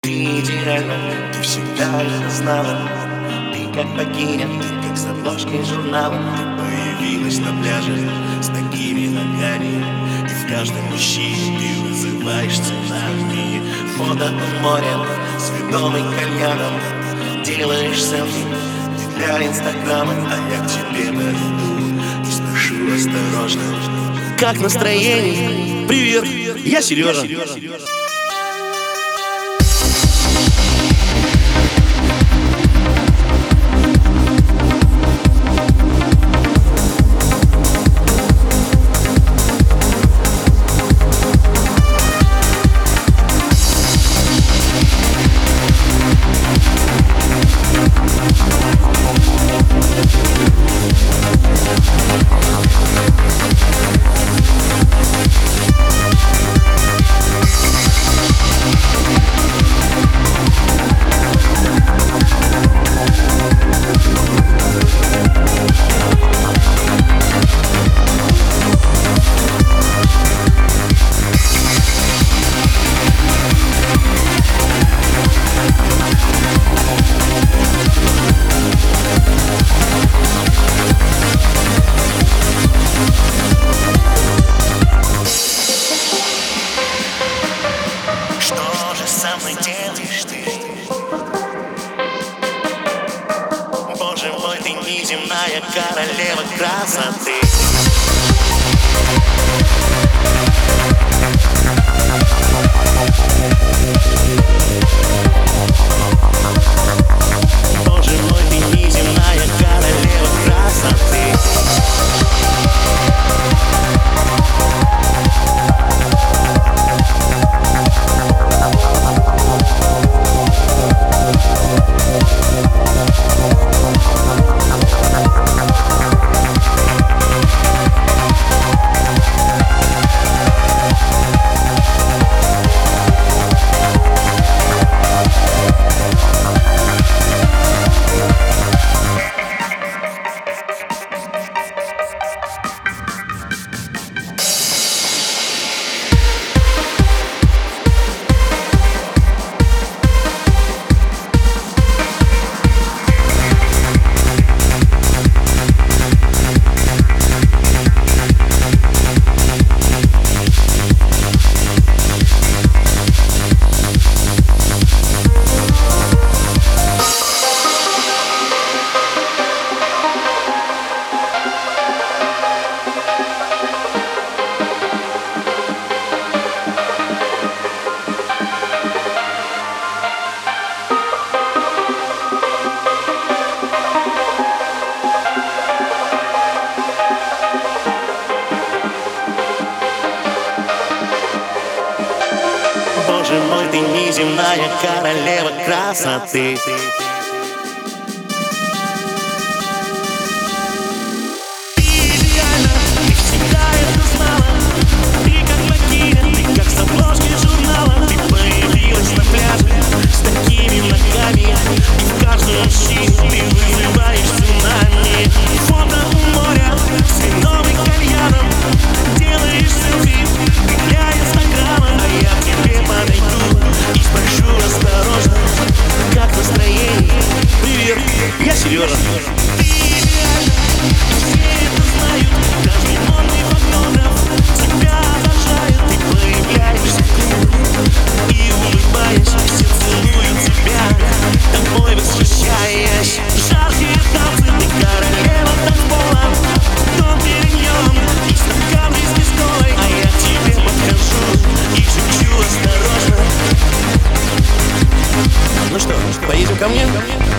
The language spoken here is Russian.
Ты идеальна, ты всегда это знала. Ты как богиня, ты как с обложки журнала. Ты появилась на пляже с такими ногами, и в каждом мужчине ты вызываешь цунами. Фото у моря с вином и кальяном. Делаешь селфи для инстаграма, а я к тебе подойду и спрошу осторожно: как настроение? Привет, я Сережа. Со мной делаешь ты? Боже мой, ты неземная королева красоты. Боже мой, ты неземная королева красоты. Боже мой, ты неземная королева красоты. Ты идеальна, ты всегда это знала. Ты как богиня, ты как с обложки журнала. Ты появилась на пляже с такими ногами, и в каждом мужчине ты вызываешь цунами. Фото у моря с вином и кальяном. Делаешь селфи для инстаграма, а я к тебе подойду и спрошу осторожно: как настроение? Привет, я Сережа. Ты идеальна, все это знают. Каждый модный фотограф тебя обожает. Ты появляешься тут и, улыбаясь, все целуют тебя, тобой восхищаясь. Жаркие танцы, ты королева танцпола. Дом Периньон и стакан виски, а я к тебе подхожу и шепчу осторожно: ну что, поедем ко мне?